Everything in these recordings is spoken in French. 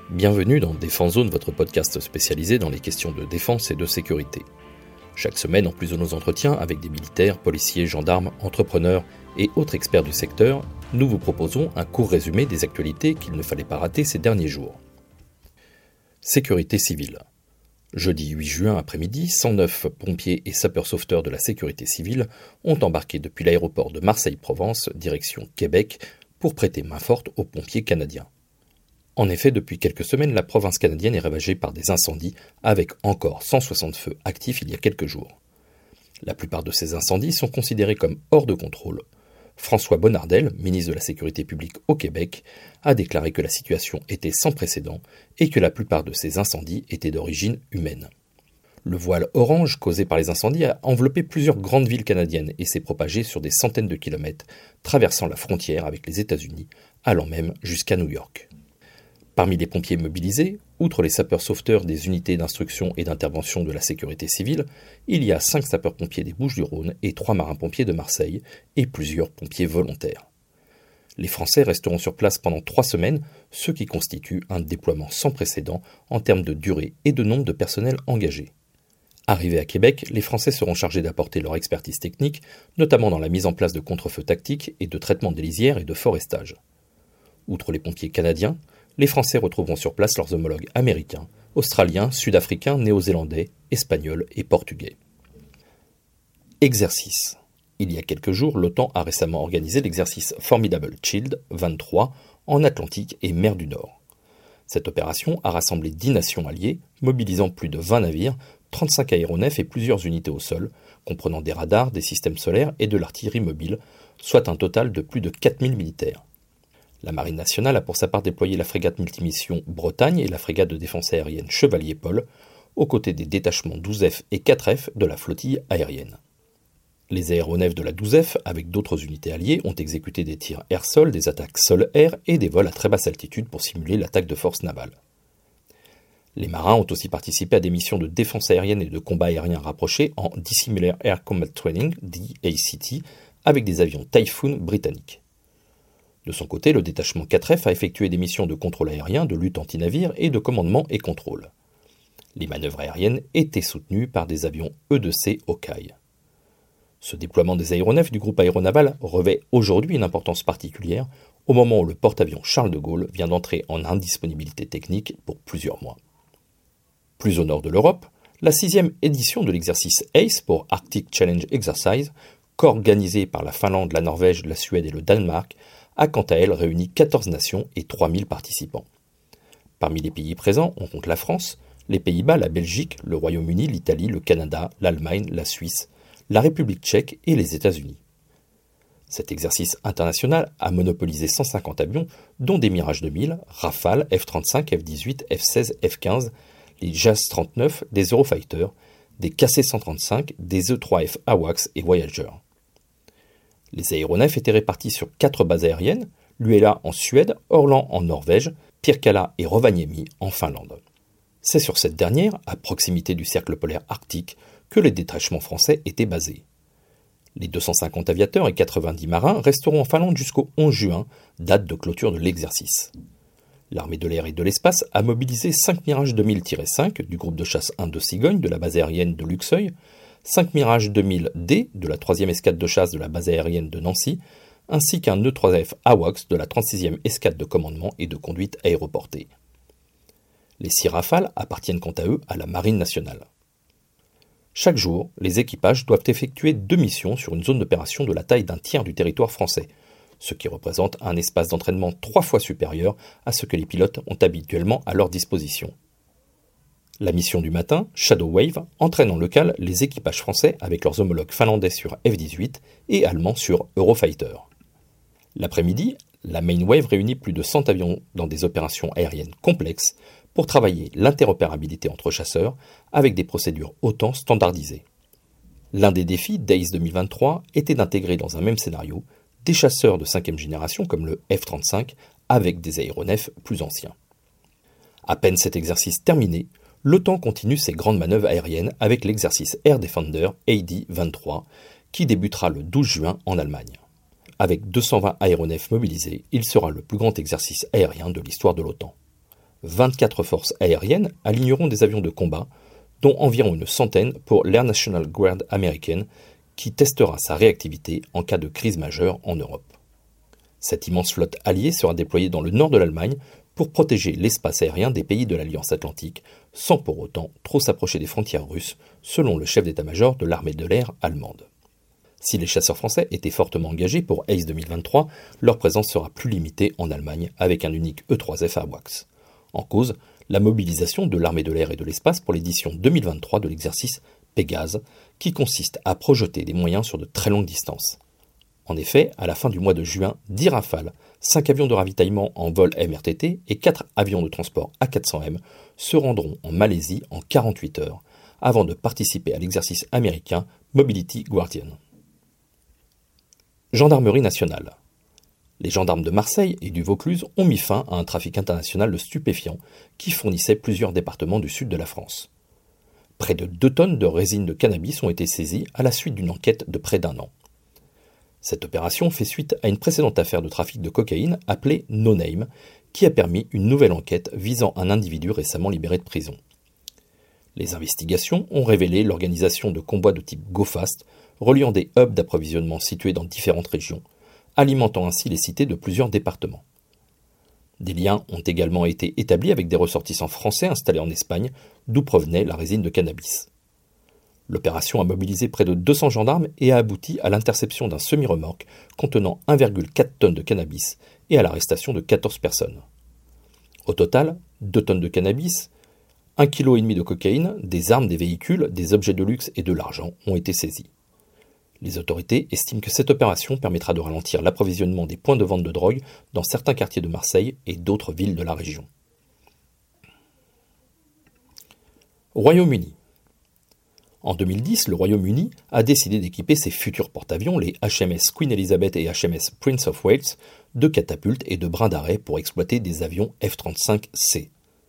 Bienvenue dans Défense Zone, votre podcast spécialisé dans les questions de défense et de sécurité. Chaque semaine, en plus de nos entretiens avec des militaires, policiers, gendarmes, entrepreneurs et autres experts du secteur, nous vous proposons un court résumé des actualités qu'il ne fallait pas rater ces derniers jours. Sécurité civile. Jeudi 8 juin après-midi, 109 pompiers et sapeurs-sauveteurs de la sécurité civile ont embarqué depuis l'aéroport de Marseille-Provence, direction Québec, pour prêter main forte aux pompiers canadiens. En effet, depuis quelques semaines, la province canadienne est ravagée par des incendies, avec encore 160 feux actifs il y a quelques jours. La plupart de ces incendies sont considérés comme hors de contrôle. François Bonnardel, ministre de la Sécurité publique au Québec, a déclaré que la situation était sans précédent et que la plupart de ces incendies étaient d'origine humaine. Le voile orange causé par les incendies a enveloppé plusieurs grandes villes canadiennes et s'est propagé sur des centaines de kilomètres, traversant la frontière avec les États-Unis, allant même jusqu'à New York. Parmi les pompiers mobilisés, outre les sapeurs-sauveteurs des unités d'instruction et d'intervention de la sécurité civile, il y a 5 sapeurs-pompiers des Bouches-du-Rhône et 3 marins-pompiers de Marseille et plusieurs pompiers volontaires. Les Français resteront sur place pendant 3 semaines, ce qui constitue un déploiement sans précédent en termes de durée et de nombre de personnels engagés. Arrivés à Québec, les Français seront chargés d'apporter leur expertise technique, notamment dans la mise en place de contre-feux tactiques et de traitement des lisières et de forestage. Outre les pompiers canadiens, les Français retrouveront sur place leurs homologues américains, australiens, sud-africains, néo-zélandais, espagnols et portugais. Exercice. Il y a quelques jours, l'OTAN a récemment organisé l'exercice Formidable Shield 23 en Atlantique et mer du Nord. Cette opération a rassemblé 10 nations alliées, mobilisant plus de 20 navires, 35 aéronefs et plusieurs unités au sol, comprenant des radars, des systèmes solaires et de l'artillerie mobile, soit un total de plus de 4000 militaires. La Marine nationale a pour sa part déployé la frégate multimission Bretagne et la frégate de défense aérienne Chevalier Paul, aux côtés des détachements 12F et 4F de la flottille aérienne. Les aéronefs de la 12F, avec d'autres unités alliées, ont exécuté des tirs air-sol, des attaques sol-air et des vols à très basse altitude pour simuler l'attaque de force navale. Les marins ont aussi participé à des missions de défense aérienne et de combat aérien rapprochés en Dissimilar Air Combat Training, DACT, avec des avions Typhoon britanniques. De son côté, le détachement 4F a effectué des missions de contrôle aérien, de lutte anti-navire et de commandement et contrôle. Les manœuvres aériennes étaient soutenues par des avions E-2C Hawkeye. Ce déploiement des aéronefs du groupe aéronaval revêt aujourd'hui une importance particulière au moment où le porte-avions Charles de Gaulle vient d'entrer en indisponibilité technique pour plusieurs mois. Plus au nord de l'Europe, la 6e édition de l'exercice ACE pour Arctic Challenge Exercise, co-organisé par la Finlande, la Norvège, la Suède et le Danemark, a quant à elle réuni 14 nations et 3000 participants. Parmi les pays présents, on compte la France, les Pays-Bas, la Belgique, le Royaume-Uni, l'Italie, le Canada, l'Allemagne, la Suisse, la République tchèque et les États-Unis. Cet exercice international a monopolisé 150 avions, dont des Mirage 2000, Rafale, F-35, F-18, F-16, F-15, les JAS-39, des Eurofighters, des KC-135, des E-3F AWACS et Voyager. Les aéronefs étaient répartis sur 4 bases aériennes, Luela en Suède, Orlan en Norvège, Pirkkala et Rovaniemi en Finlande. C'est sur cette dernière, à proximité du cercle polaire arctique, que les détachements français étaient basés. Les 250 aviateurs et 90 marins resteront en Finlande jusqu'au 11 juin, date de clôture de l'exercice. L'armée de l'air et de l'espace a mobilisé 5 Mirage 2000-5 du groupe de chasse Indo-Cigogne de la base aérienne de Luxeuil, 5 Mirage 2000D de la 3e escadre de chasse de la base aérienne de Nancy, ainsi qu'un E-3F AWACS de la 36e escadre de commandement et de conduite aéroportée. Les 6 Rafales appartiennent quant à eux à la Marine nationale. Chaque jour, les équipages doivent effectuer 2 missions sur une zone d'opération de la taille d'un tiers du territoire français, ce qui représente un espace d'entraînement 3 fois supérieur à ce que les pilotes ont habituellement à leur disposition. La mission du matin, Shadow Wave, entraîne en local les équipages français avec leurs homologues finlandais sur F-18 et allemands sur Eurofighter. L'après-midi, la Main Wave réunit plus de 100 avions dans des opérations aériennes complexes pour travailler l'interopérabilité entre chasseurs avec des procédures OTAN standardisées. L'un des défis d'ACE 2023 était d'intégrer dans un même scénario des chasseurs de 5e génération comme le F-35 avec des aéronefs plus anciens. À peine cet exercice terminé, l'OTAN continue ses grandes manœuvres aériennes avec l'exercice Air Defender AD-23 qui débutera le 12 juin en Allemagne. Avec 220 aéronefs mobilisés, il sera le plus grand exercice aérien de l'histoire de l'OTAN. 24 forces aériennes aligneront des avions de combat, dont environ une centaine pour l'Air National Guard américaine, qui testera sa réactivité en cas de crise majeure en Europe. Cette immense flotte alliée sera déployée dans le nord de l'Allemagne pour protéger l'espace aérien des pays de l'Alliance Atlantique, sans pour autant trop s'approcher des frontières russes, selon le chef d'état-major de l'armée de l'air allemande. Si les chasseurs français étaient fortement engagés pour ACE 2023, leur présence sera plus limitée en Allemagne avec un unique E-3F AWACS. En cause, la mobilisation de l'armée de l'air et de l'espace pour l'édition 2023 de l'exercice Pégase, qui consiste à projeter des moyens sur de très longues distances. En effet, à la fin du mois de juin, 10 Rafales, 5 avions de ravitaillement en vol MRTT et 4 avions de transport A400M se rendront en Malaisie en 48 heures, avant de participer à l'exercice américain Mobility Guardian. Gendarmerie nationale. Les gendarmes de Marseille et du Vaucluse ont mis fin à un trafic international de stupéfiants qui fournissait plusieurs départements du sud de la France. Près de 2 tonnes de résine de cannabis ont été saisies à la suite d'une enquête de près d'1 an. Cette opération fait suite à une précédente affaire de trafic de cocaïne appelée No Name, qui a permis une nouvelle enquête visant un individu récemment libéré de prison. Les investigations ont révélé l'organisation de convois de type Go-Fast, reliant des hubs d'approvisionnement situés dans différentes régions, alimentant ainsi les cités de plusieurs départements. Des liens ont également été établis avec des ressortissants français installés en Espagne, d'où provenait la résine de cannabis. L'opération a mobilisé près de 200 gendarmes et a abouti à l'interception d'un semi-remorque contenant 1,4 tonnes de cannabis et à l'arrestation de 14 personnes. Au total, 2 tonnes de cannabis, 1,5 kg de cocaïne, des armes, des véhicules, des objets de luxe et de l'argent ont été saisis. Les autorités estiment que cette opération permettra de ralentir l'approvisionnement des points de vente de drogue dans certains quartiers de Marseille et d'autres villes de la région. Royaume-Uni. En 2010, le Royaume-Uni a décidé d'équiper ses futurs porte-avions, les HMS Queen Elizabeth et HMS Prince of Wales, de catapultes et de brins d'arrêt pour exploiter des avions F-35C.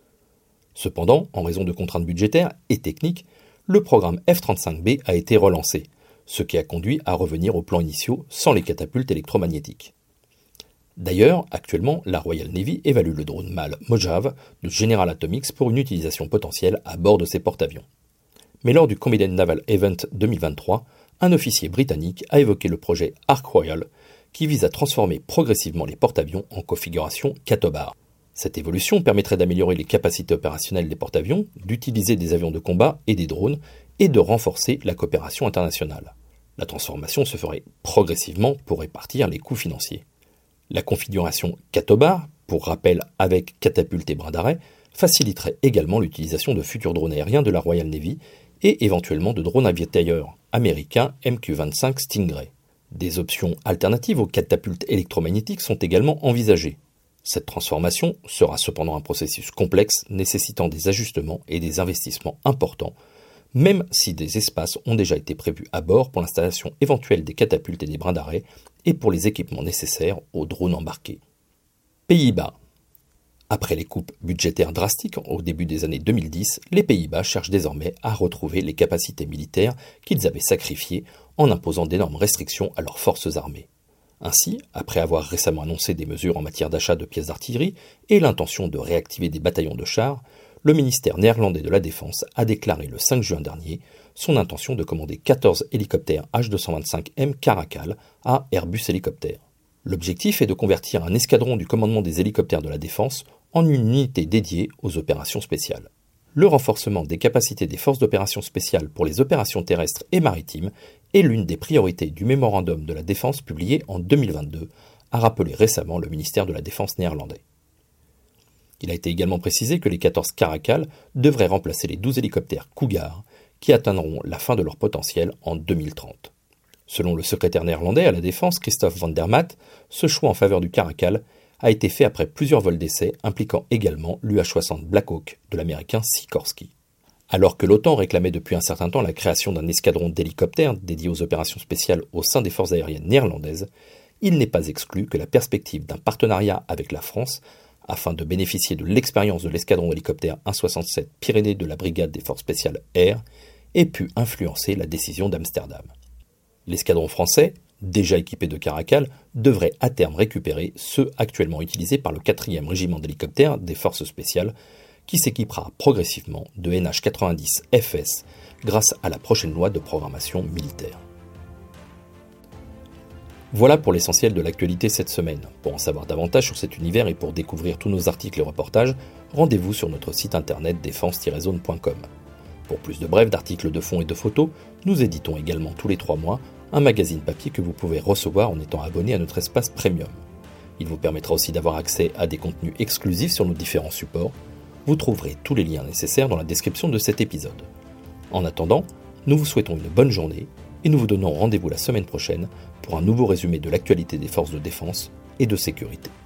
Cependant, en raison de contraintes budgétaires et techniques, le programme F-35B a été relancé, ce qui a conduit à revenir aux plans initiaux sans les catapultes électromagnétiques. D'ailleurs, actuellement, la Royal Navy évalue le drone mâle Mojave de General Atomics pour une utilisation potentielle à bord de ses porte-avions. Mais lors du Combined Naval Event 2023, un officier britannique a évoqué le projet Ark Royal, qui vise à transformer progressivement les porte-avions en configuration Catobar. Cette évolution permettrait d'améliorer les capacités opérationnelles des porte-avions, d'utiliser des avions de combat et des drones, et de renforcer la coopération internationale. La transformation se ferait progressivement pour répartir les coûts financiers. La configuration Catobar, pour rappel avec catapulte et bras d'arrêt, faciliterait également l'utilisation de futurs drones aériens de la Royal Navy et éventuellement de drones aviateurs américains MQ-25 Stingray. Des options alternatives aux catapultes électromagnétiques sont également envisagées. Cette transformation sera cependant un processus complexe nécessitant des ajustements et des investissements importants, même si des espaces ont déjà été prévus à bord pour l'installation éventuelle des catapultes et des brins d'arrêt et pour les équipements nécessaires aux drones embarqués. Pays-Bas. Après les coupes budgétaires drastiques au début des années 2010, les Pays-Bas cherchent désormais à retrouver les capacités militaires qu'ils avaient sacrifiées en imposant d'énormes restrictions à leurs forces armées. Ainsi, après avoir récemment annoncé des mesures en matière d'achat de pièces d'artillerie et l'intention de réactiver des bataillons de chars, le ministère néerlandais de la Défense a déclaré le 5 juin dernier son intention de commander 14 hélicoptères H225M Caracal à Airbus Hélicoptères. L'objectif est de convertir un escadron du commandement des hélicoptères de la Défense en une unité dédiée aux opérations spéciales. Le renforcement des capacités des forces d'opération spéciales pour les opérations terrestres et maritimes est l'une des priorités du mémorandum de la Défense publié en 2022, a rappelé récemment le ministère de la Défense néerlandais. Il a été également précisé que les 14 Caracal devraient remplacer les 12 hélicoptères Cougar qui atteindront la fin de leur potentiel en 2030. Selon le secrétaire néerlandais à la Défense, Christophe van der Maat, ce choix en faveur du Caracal a été fait après plusieurs vols d'essai impliquant également l'UH-60 Black Hawk de l'américain Sikorsky. Alors que l'OTAN réclamait depuis un certain temps la création d'un escadron d'hélicoptères dédié aux opérations spéciales au sein des forces aériennes néerlandaises, il n'est pas exclu que la perspective d'un partenariat avec la France afin de bénéficier de l'expérience de l'escadron d'hélicoptères 167 Pyrénées de la brigade des forces spéciales Air ait pu influencer la décision d'Amsterdam. L'escadron français, déjà équipés de Caracal, devraient à terme récupérer ceux actuellement utilisés par le 4e régiment d'hélicoptères des forces spéciales, qui s'équipera progressivement de NH-90 FS grâce à la prochaine loi de programmation militaire. Voilà pour l'essentiel de l'actualité cette semaine. Pour en savoir davantage sur cet univers et pour découvrir tous nos articles et reportages, rendez-vous sur notre site internet défense-zone.com. Pour plus de brefs, d'articles de fond et de photos, nous éditons également tous les 3 mois un magazine papier que vous pouvez recevoir en étant abonné à notre espace premium. Il vous permettra aussi d'avoir accès à des contenus exclusifs sur nos différents supports. Vous trouverez tous les liens nécessaires dans la description de cet épisode. En attendant, nous vous souhaitons une bonne journée et nous vous donnons rendez-vous la semaine prochaine pour un nouveau résumé de l'actualité des forces de défense et de sécurité.